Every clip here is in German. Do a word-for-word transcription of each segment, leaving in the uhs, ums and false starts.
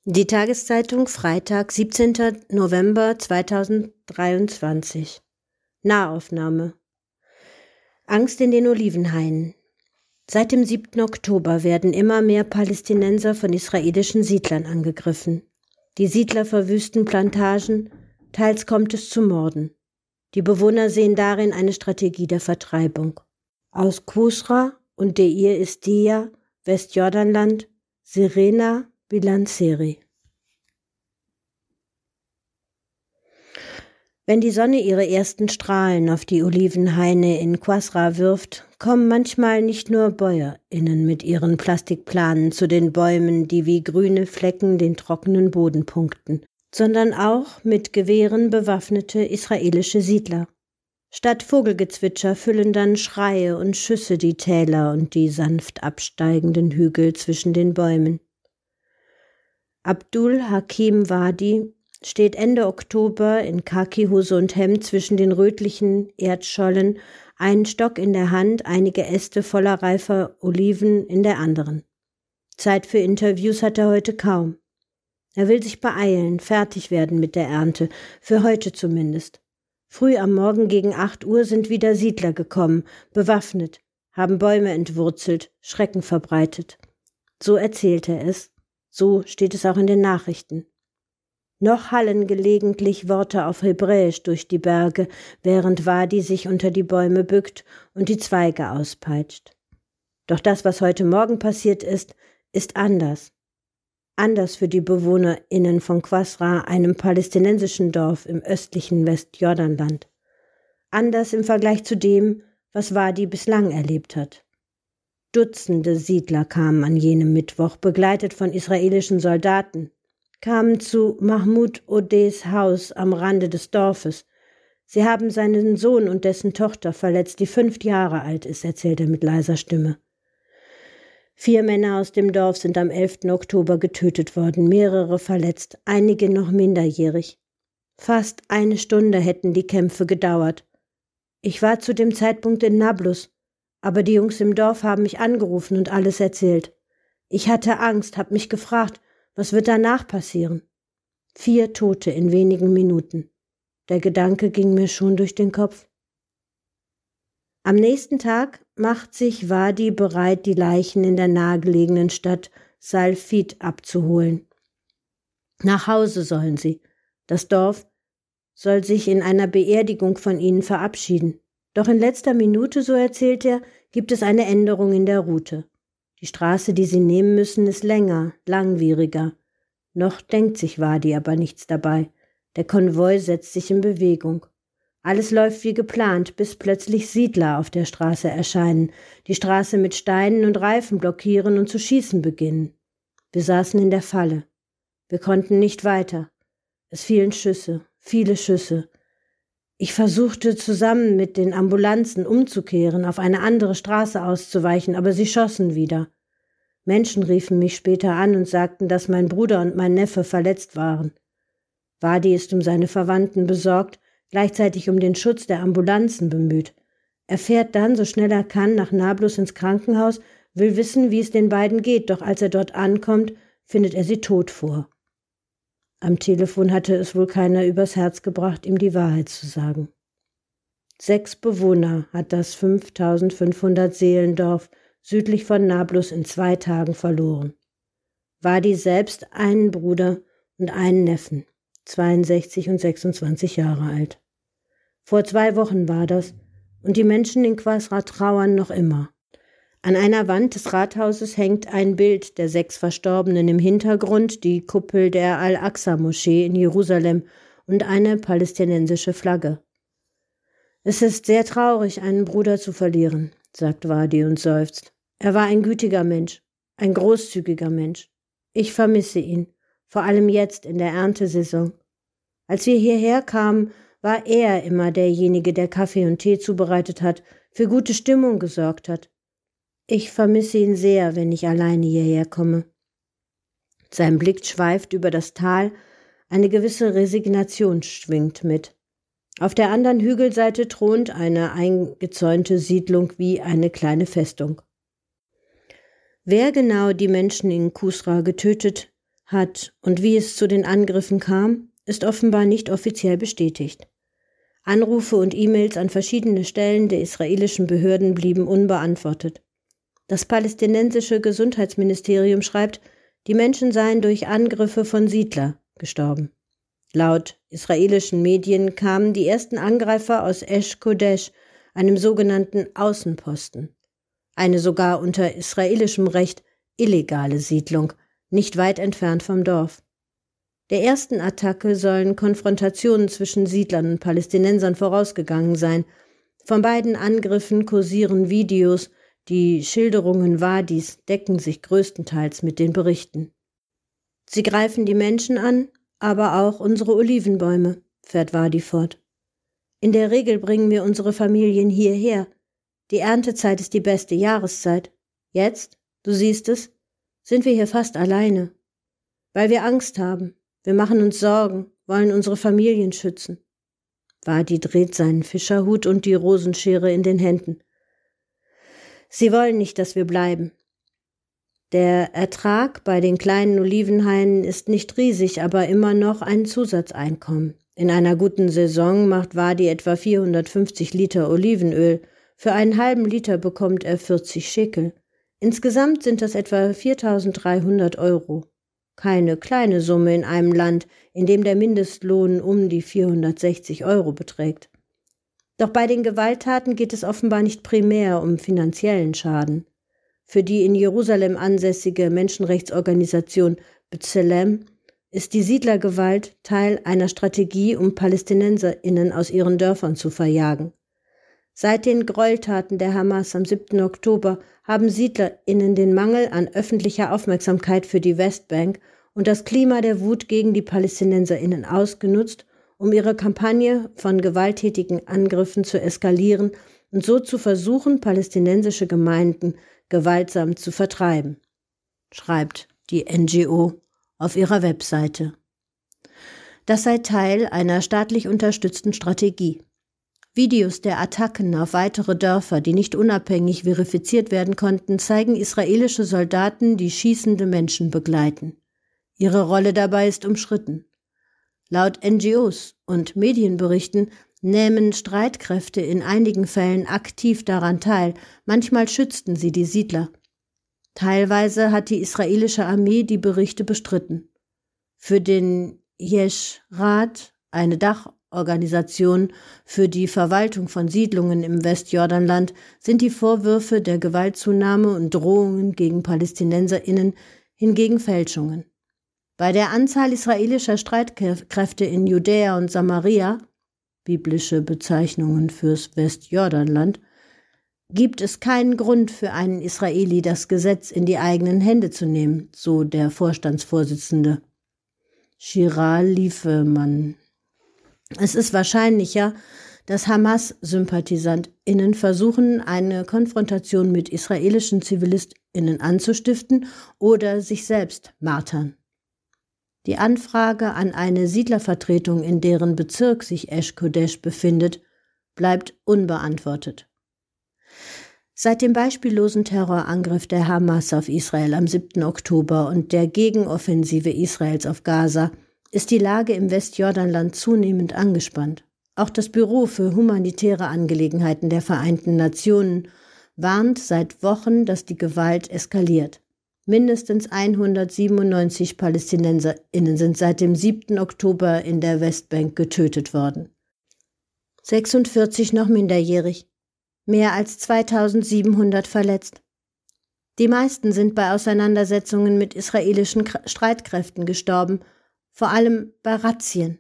Die Tageszeitung, Freitag, siebzehnter November zweitausenddreiundzwanzig. Nahaufnahme. Angst in den Olivenhainen. Seit dem siebten Oktober werden immer mehr Palästinenser von israelischen Siedlern angegriffen. Die Siedler verwüsten Plantagen, teils kommt es zu Morden. Die Bewohner sehen darin eine Strategie der Vertreibung. Aus Qusra und Deir Istiya, Westjordanland, Serena Bilanseri. Wenn die Sonne ihre ersten Strahlen auf die Olivenhaine in Qusra wirft, kommen manchmal nicht nur BäuerInnen mit ihren Plastikplanen zu den Bäumen, die wie grüne Flecken den trockenen Boden punkten, sondern auch mit Gewehren bewaffnete israelische Siedler. Statt Vogelgezwitscher füllen dann Schreie und Schüsse die Täler und die sanft absteigenden Hügel zwischen den Bäumen. Abdul Hakim Wadi steht Ende Oktober in Khakihose und Hemd zwischen den rötlichen Erdschollen, einen Stock in der Hand, einige Äste voller reifer Oliven in der anderen. Zeit für Interviews hat er heute kaum. Er will sich beeilen, fertig werden mit der Ernte, für heute zumindest. Früh am Morgen gegen acht Uhr sind wieder Siedler gekommen, bewaffnet, haben Bäume entwurzelt, Schrecken verbreitet. So erzählt er es. So steht es auch in den Nachrichten. Noch hallen gelegentlich Worte auf Hebräisch durch die Berge, während Wadi sich unter die Bäume bückt und die Zweige auspeitscht. Doch das, was heute Morgen passiert ist, ist anders. Anders für die BewohnerInnen von Qusra, einem palästinensischen Dorf im östlichen Westjordanland. Anders im Vergleich zu dem, was Wadi bislang erlebt hat. Dutzende Siedler kamen an jenem Mittwoch, begleitet von israelischen Soldaten, kamen zu Mahmoud Odehs Haus am Rande des Dorfes. Sie haben seinen Sohn und dessen Tochter verletzt, die fünf Jahre alt ist, erzählt er mit leiser Stimme. Vier Männer aus dem Dorf sind am elften Oktober getötet worden, mehrere verletzt, einige noch minderjährig. Fast eine Stunde hätten die Kämpfe gedauert. Ich war zu dem Zeitpunkt in Nablus, aber die Jungs im Dorf haben mich angerufen und alles erzählt. Ich hatte Angst, hab mich gefragt, was wird danach passieren? Vier Tote in wenigen Minuten. Der Gedanke ging mir schon durch den Kopf. Am nächsten Tag macht sich Wadi bereit, die Leichen in der nahegelegenen Stadt Salfit abzuholen. Nach Hause sollen sie. Das Dorf soll sich in einer Beerdigung von ihnen verabschieden. Doch in letzter Minute, so erzählt er, gibt es eine Änderung in der Route. Die Straße, die sie nehmen müssen, ist länger, langwieriger. Noch denkt sich Wadi aber nichts dabei. Der Konvoi setzt sich in Bewegung. Alles läuft wie geplant, bis plötzlich Siedler auf der Straße erscheinen, die Straße mit Steinen und Reifen blockieren und zu schießen beginnen. Wir saßen in der Falle. Wir konnten nicht weiter. Es fielen Schüsse, viele Schüsse. Ich versuchte zusammen mit den Ambulanzen umzukehren, auf eine andere Straße auszuweichen, aber sie schossen wieder. Menschen riefen mich später an und sagten, dass mein Bruder und mein Neffe verletzt waren. Wadi ist um seine Verwandten besorgt, gleichzeitig um den Schutz der Ambulanzen bemüht. Er fährt dann, so schnell er kann, nach Nablus ins Krankenhaus, will wissen, wie es den beiden geht, doch als er dort ankommt, findet er sie tot vor. Am Telefon hatte es wohl keiner übers Herz gebracht, ihm die Wahrheit zu sagen. Sechs Bewohner hat das fünftausendfünfhundert Seelendorf südlich von Nablus in zwei Tagen verloren. Wadi selbst einen Bruder und einen Neffen, zweiundsechzig und sechsundzwanzig Jahre alt. Vor zwei Wochen war das, und die Menschen in Qusra trauern noch immer. An einer Wand des Rathauses hängt ein Bild der sechs Verstorbenen, im Hintergrund die Kuppel der Al-Aqsa-Moschee in Jerusalem und eine palästinensische Flagge. Es ist sehr traurig, einen Bruder zu verlieren, sagt Wadi und seufzt. Er war ein gütiger Mensch, ein großzügiger Mensch. Ich vermisse ihn, vor allem jetzt in der Erntesaison. Als wir hierher kamen, war er immer derjenige, der Kaffee und Tee zubereitet hat, für gute Stimmung gesorgt hat. Ich vermisse ihn sehr, wenn ich alleine hierher komme. Sein Blick schweift über das Tal, eine gewisse Resignation schwingt mit. Auf der anderen Hügelseite thront eine eingezäunte Siedlung wie eine kleine Festung. Wer genau die Menschen in Qusra getötet hat und wie es zu den Angriffen kam, ist offenbar nicht offiziell bestätigt. Anrufe und E-Mails an verschiedene Stellen der israelischen Behörden blieben unbeantwortet. Das palästinensische Gesundheitsministerium schreibt, die Menschen seien durch Angriffe von Siedler gestorben. Laut israelischen Medien kamen die ersten Angreifer aus Esh Kodesh, einem sogenannten Außenposten, eine sogar unter israelischem Recht illegale Siedlung, nicht weit entfernt vom Dorf. Der ersten Attacke sollen Konfrontationen zwischen Siedlern und Palästinensern vorausgegangen sein. Von beiden Angriffen kursieren Videos, die Schilderungen Wadis decken sich größtenteils mit den Berichten. Sie greifen die Menschen an, aber auch unsere Olivenbäume, fährt Wadi fort. In der Regel bringen wir unsere Familien hierher. Die Erntezeit ist die beste Jahreszeit. Jetzt, du siehst es, sind wir hier fast alleine, weil wir Angst haben. Wir machen uns Sorgen, wollen unsere Familien schützen. Wadi dreht seinen Fischerhut und die Rosenschere in den Händen. Sie wollen nicht, dass wir bleiben. Der Ertrag bei den kleinen Olivenhainen ist nicht riesig, aber immer noch ein Zusatzeinkommen. In einer guten Saison macht Wadi etwa vierhundertfünfzig Liter Olivenöl. Für einen halben Liter bekommt er vierzig Schekel. Insgesamt sind das etwa viertausenddreihundert Euro. Keine kleine Summe in einem Land, in dem der Mindestlohn um die vierhundertsechzig Euro beträgt. Doch bei den Gewalttaten geht es offenbar nicht primär um finanziellen Schaden. Für die in Jerusalem ansässige Menschenrechtsorganisation B'Tselem ist die Siedlergewalt Teil einer Strategie, um PalästinenserInnen aus ihren Dörfern zu verjagen. Seit den Gräueltaten der Hamas am siebten Oktober haben SiedlerInnen den Mangel an öffentlicher Aufmerksamkeit für die Westbank und das Klima der Wut gegen die PalästinenserInnen ausgenutzt, um ihre Kampagne von gewalttätigen Angriffen zu eskalieren und so zu versuchen, palästinensische Gemeinden gewaltsam zu vertreiben, schreibt die N G O auf ihrer Webseite. Das sei Teil einer staatlich unterstützten Strategie. Videos der Attacken auf weitere Dörfer, die nicht unabhängig verifiziert werden konnten, zeigen israelische Soldaten, die schießende Menschen begleiten. Ihre Rolle dabei ist umstritten. Laut N G Os und Medienberichten nehmen Streitkräfte in einigen Fällen aktiv daran teil, manchmal schützten sie die Siedler. Teilweise hat die israelische Armee die Berichte bestritten. Für den Yesh Rat, eine Dachorganisation für die Verwaltung von Siedlungen im Westjordanland, sind die Vorwürfe der Gewaltzunahme und Drohungen gegen PalästinenserInnen hingegen Fälschungen. Bei der Anzahl israelischer Streitkräfte in Judäa und Samaria, biblische Bezeichnungen fürs Westjordanland, gibt es keinen Grund für einen Israeli, das Gesetz in die eigenen Hände zu nehmen, so der Vorstandsvorsitzende Shira Lieferman. Es ist wahrscheinlicher, dass Hamas-SympathisantInnen versuchen, eine Konfrontation mit israelischen ZivilistInnen anzustiften oder sich selbst martern. Die Anfrage an eine Siedlervertretung, in deren Bezirk sich Esh Kodesh befindet, bleibt unbeantwortet. Seit dem beispiellosen Terrorangriff der Hamas auf Israel am siebten Oktober und der Gegenoffensive Israels auf Gaza ist die Lage im Westjordanland zunehmend angespannt. Auch das Büro für humanitäre Angelegenheiten der Vereinten Nationen warnt seit Wochen, dass die Gewalt eskaliert. Mindestens hundertsiebenundneunzig PalästinenserInnen sind seit dem siebten Oktober in der Westbank getötet worden. sechsundvierzig noch minderjährig. Mehr als zweitausendsiebenhundert verletzt. Die meisten sind bei Auseinandersetzungen mit israelischen Streitkräften gestorben, vor allem bei Razzien.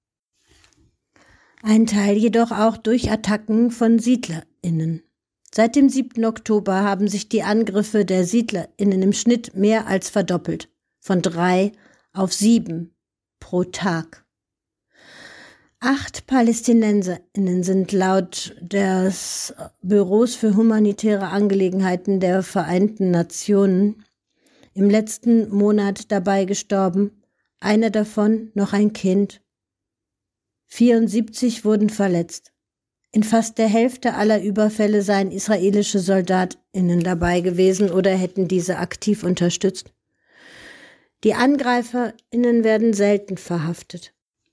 Ein Teil jedoch auch durch Attacken von SiedlerInnen. Seit dem siebten Oktober haben sich die Angriffe der SiedlerInnen im Schnitt mehr als verdoppelt, von drei auf sieben pro Tag. Acht PalästinenserInnen sind laut des Büros für humanitäre Angelegenheiten der Vereinten Nationen im letzten Monat dabei gestorben, einer davon noch ein Kind. vierundsiebzig wurden verletzt. In fast der Hälfte aller Überfälle seien israelische SoldatInnen dabei gewesen oder hätten diese aktiv unterstützt. Die AngreiferInnen werden selten verhaftet.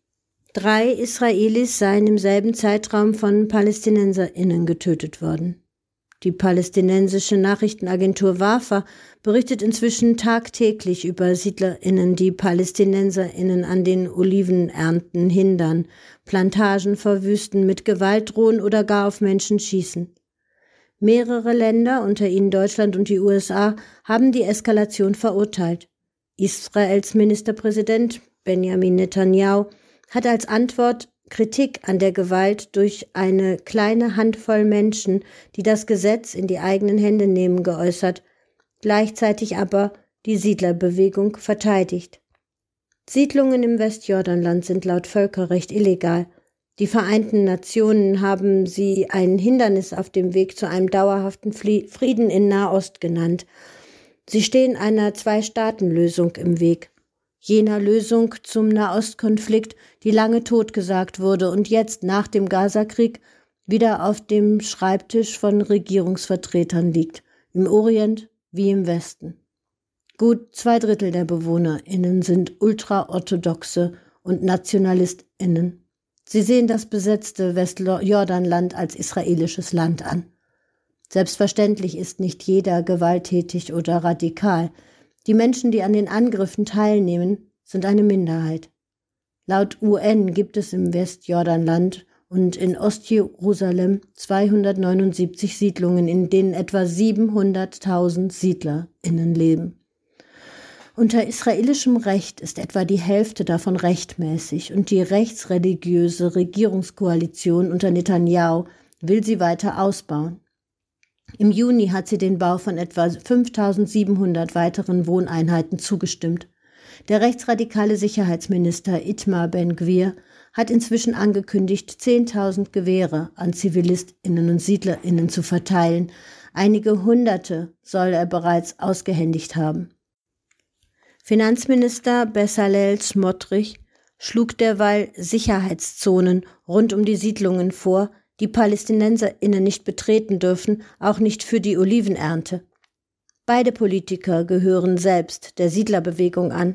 Drei Israelis seien im selben Zeitraum von PalästinenserInnen getötet worden. Die palästinensische Nachrichtenagentur Wafa berichtet inzwischen tagtäglich über SiedlerInnen, die PalästinenserInnen an den Olivenernten hindern, Plantagen verwüsten, mit Gewalt drohen oder gar auf Menschen schießen. Mehrere Länder, unter ihnen Deutschland und die U S A, haben die Eskalation verurteilt. Israels Ministerpräsident Benjamin Netanyahu hat als Antwort Kritik an der Gewalt durch eine kleine Handvoll Menschen, die das Gesetz in die eigenen Hände nehmen, geäußert, gleichzeitig aber die Siedlerbewegung verteidigt. Siedlungen im Westjordanland sind laut Völkerrecht illegal. Die Vereinten Nationen haben sie ein Hindernis auf dem Weg zu einem dauerhaften Frieden in Nahost genannt. Sie stehen einer Zwei-Staaten-Lösung im Weg. Jener Lösung zum Nahostkonflikt, die lange totgesagt wurde und jetzt nach dem Gazakrieg wieder auf dem Schreibtisch von Regierungsvertretern liegt, im Orient wie im Westen. Gut zwei Drittel der BewohnerInnen sind ultraorthodoxe und NationalistInnen. Sie sehen das besetzte Westjordanland als israelisches Land an. Selbstverständlich ist nicht jeder gewalttätig oder radikal. Die Menschen, die an den Angriffen teilnehmen, sind eine Minderheit. Laut U N gibt es im Westjordanland und in Ostjerusalem zweihundertneunundsiebzig Siedlungen, in denen etwa siebenhunderttausend SiedlerInnen leben. Unter israelischem Recht ist etwa die Hälfte davon rechtmäßig und die rechtsreligiöse Regierungskoalition unter Netanyahu will sie weiter ausbauen. Im Juni hat sie den Bau von etwa fünftausendsiebenhundert weiteren Wohneinheiten zugestimmt. Der rechtsradikale Sicherheitsminister Itamar Ben-Gvir hat inzwischen angekündigt, zehntausend Gewehre an ZivilistInnen und SiedlerInnen zu verteilen. Einige Hunderte soll er bereits ausgehändigt haben. Finanzminister Bezalel Smotrich schlug derweil Sicherheitszonen rund um die Siedlungen vor, die PalästinenserInnen nicht betreten dürfen, auch nicht für die Olivenernte. Beide Politiker gehören selbst der Siedlerbewegung an.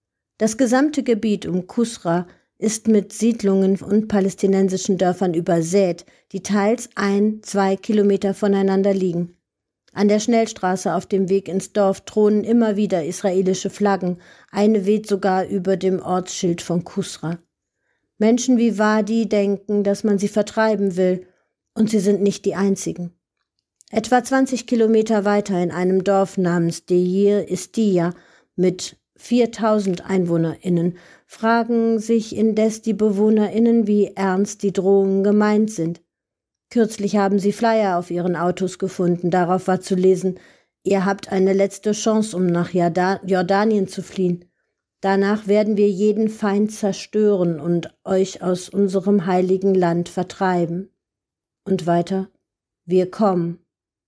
Das gesamte Gebiet um Kusra ist mit Siedlungen und palästinensischen Dörfern übersät, die teils ein, zwei Kilometer voneinander liegen. An der Schnellstraße auf dem Weg ins Dorf thronen immer wieder israelische Flaggen, eine weht sogar über dem Ortsschild von Kusra. Menschen wie Wadi denken, dass man sie vertreiben will, und sie sind nicht die einzigen. Etwa zwanzig Kilometer weiter in einem Dorf namens Deir Istiya mit viertausend EinwohnerInnen fragen sich indes die BewohnerInnen, wie ernst die Drohungen gemeint sind. Kürzlich haben sie Flyer auf ihren Autos gefunden, darauf war zu lesen, ihr habt eine letzte Chance, um nach Jordanien zu fliehen. Danach werden wir jeden Feind zerstören und euch aus unserem heiligen Land vertreiben. Und weiter, wir kommen.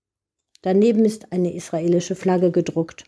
Daneben ist eine israelische Flagge gedruckt.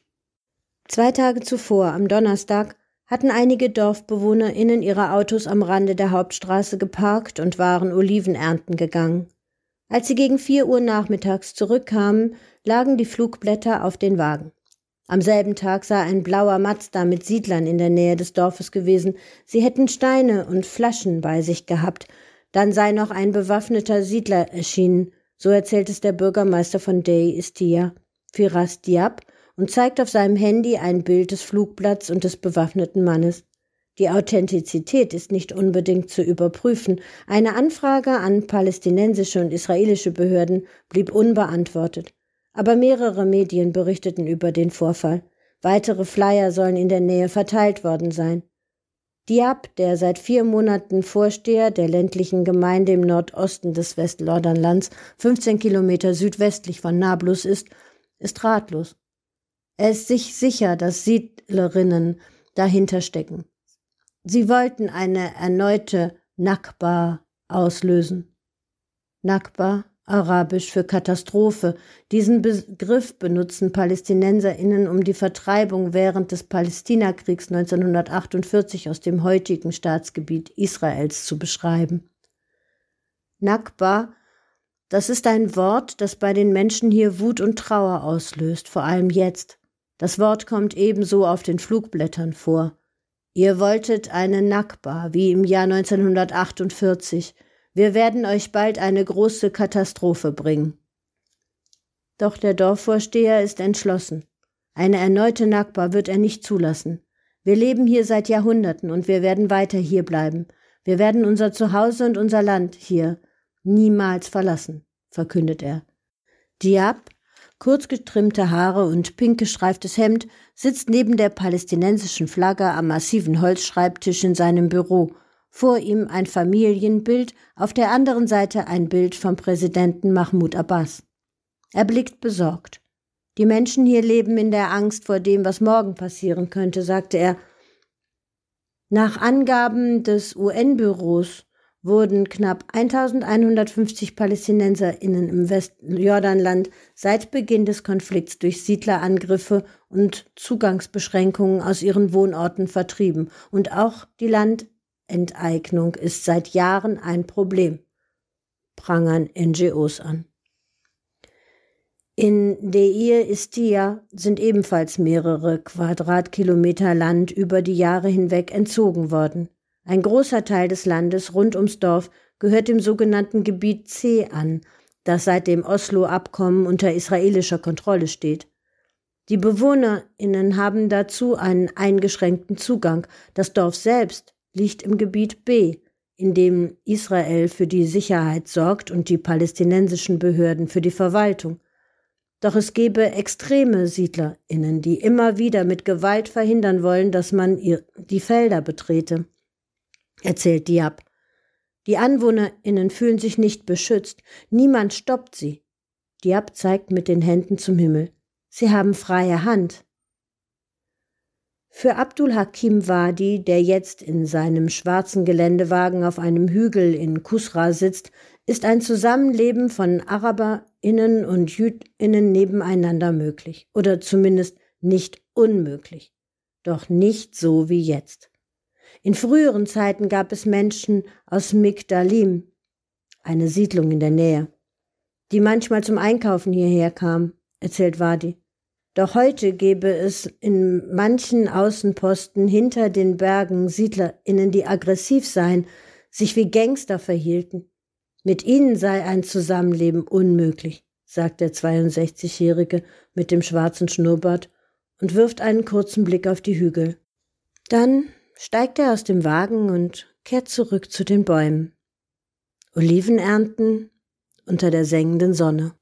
Zwei Tage zuvor, am Donnerstag, hatten einige DorfbewohnerInnen ihre Autos am Rande der Hauptstraße geparkt und waren Oliven ernten gegangen. Als sie gegen vier Uhr nachmittags zurückkamen, lagen die Flugblätter auf den Wagen. Am selben Tag sei ein blauer Mazda mit Siedlern in der Nähe des Dorfes gewesen. Sie hätten Steine und Flaschen bei sich gehabt. Dann sei noch ein bewaffneter Siedler erschienen, so erzählt es der Bürgermeister von Deir Istiya, Firas Diab, und zeigt auf seinem Handy ein Bild des Flugblatts und des bewaffneten Mannes. Die Authentizität ist nicht unbedingt zu überprüfen. Eine Anfrage an palästinensische und israelische Behörden blieb unbeantwortet. Aber mehrere Medien berichteten über den Vorfall. Weitere Flyer sollen in der Nähe verteilt worden sein. Diab, der seit vier Monaten Vorsteher der ländlichen Gemeinde im Nordosten des Westjordanlands, fünfzehn Kilometer südwestlich von Nablus ist, ist ratlos. Er ist sich sicher, dass Siedlerinnen dahinter stecken. Sie wollten eine erneute Nakba auslösen. Nakba, arabisch für Katastrophe. Diesen Begriff benutzen PalästinenserInnen, um die Vertreibung während des Palästinakriegs neunzehnhundertachtundvierzig aus dem heutigen Staatsgebiet Israels zu beschreiben. Nakba, das ist ein Wort, das bei den Menschen hier Wut und Trauer auslöst, vor allem jetzt. Das Wort kommt ebenso auf den Flugblättern vor. Ihr wolltet eine Nakba, wie im Jahr neunzehnhundertachtundvierzig. Wir werden euch bald eine große Katastrophe bringen. Doch der Dorfvorsteher ist entschlossen. Eine erneute Nakba wird er nicht zulassen. Wir leben hier seit Jahrhunderten und wir werden weiter hier bleiben. Wir werden unser Zuhause und unser Land hier niemals verlassen, verkündet er. Diab, kurz getrimmte Haare und pink gestreiftes Hemd, sitzt neben der palästinensischen Flagge am massiven Holzschreibtisch in seinem Büro. Vor ihm ein Familienbild, auf der anderen Seite ein Bild vom Präsidenten Mahmoud Abbas. Er blickt besorgt. Die Menschen hier leben in der Angst vor dem, was morgen passieren könnte, sagte er. Nach Angaben des U N-Büros wurden knapp eintausendeinhundertfünfzig PalästinenserInnen im Westjordanland seit Beginn des Konflikts durch Siedlerangriffe und Zugangsbeschränkungen aus ihren Wohnorten vertrieben. Und auch die Landenteignung ist seit Jahren ein Problem, prangern N G Os an. In Deir Istia sind ebenfalls mehrere Quadratkilometer Land über die Jahre hinweg entzogen worden. Ein großer Teil des Landes rund ums Dorf gehört dem sogenannten Gebiet C an, das seit dem Oslo-Abkommen unter israelischer Kontrolle steht. Die BewohnerInnen haben dazu einen eingeschränkten Zugang. Das Dorf selbst liegt im Gebiet B, in dem Israel für die Sicherheit sorgt und die palästinensischen Behörden für die Verwaltung. Doch es gebe extreme SiedlerInnen, die immer wieder mit Gewalt verhindern wollen, dass man ihr die Felder betrete, erzählt Diab. Die AnwohnerInnen fühlen sich nicht beschützt. Niemand stoppt sie. Diab zeigt mit den Händen zum Himmel. Sie haben freie Hand. Für Abdul Hakim Wadi, der jetzt in seinem schwarzen Geländewagen auf einem Hügel in Kusra sitzt, ist ein Zusammenleben von AraberInnen und JüdInnen nebeneinander möglich. Oder zumindest nicht unmöglich. Doch nicht so wie jetzt. In früheren Zeiten gab es Menschen aus Migdalim, eine Siedlung in der Nähe, die manchmal zum Einkaufen hierher kamen, erzählt Wadi. Doch heute gäbe es in manchen Außenposten hinter den Bergen SiedlerInnen, die aggressiv seien, sich wie Gangster verhielten. Mit ihnen sei ein Zusammenleben unmöglich, sagt der zweiundsechzigjährige mit dem schwarzen Schnurrbart und wirft einen kurzen Blick auf die Hügel. Dann steigt er aus dem Wagen und kehrt zurück zu den Bäumen. Oliven ernten unter der sengenden Sonne.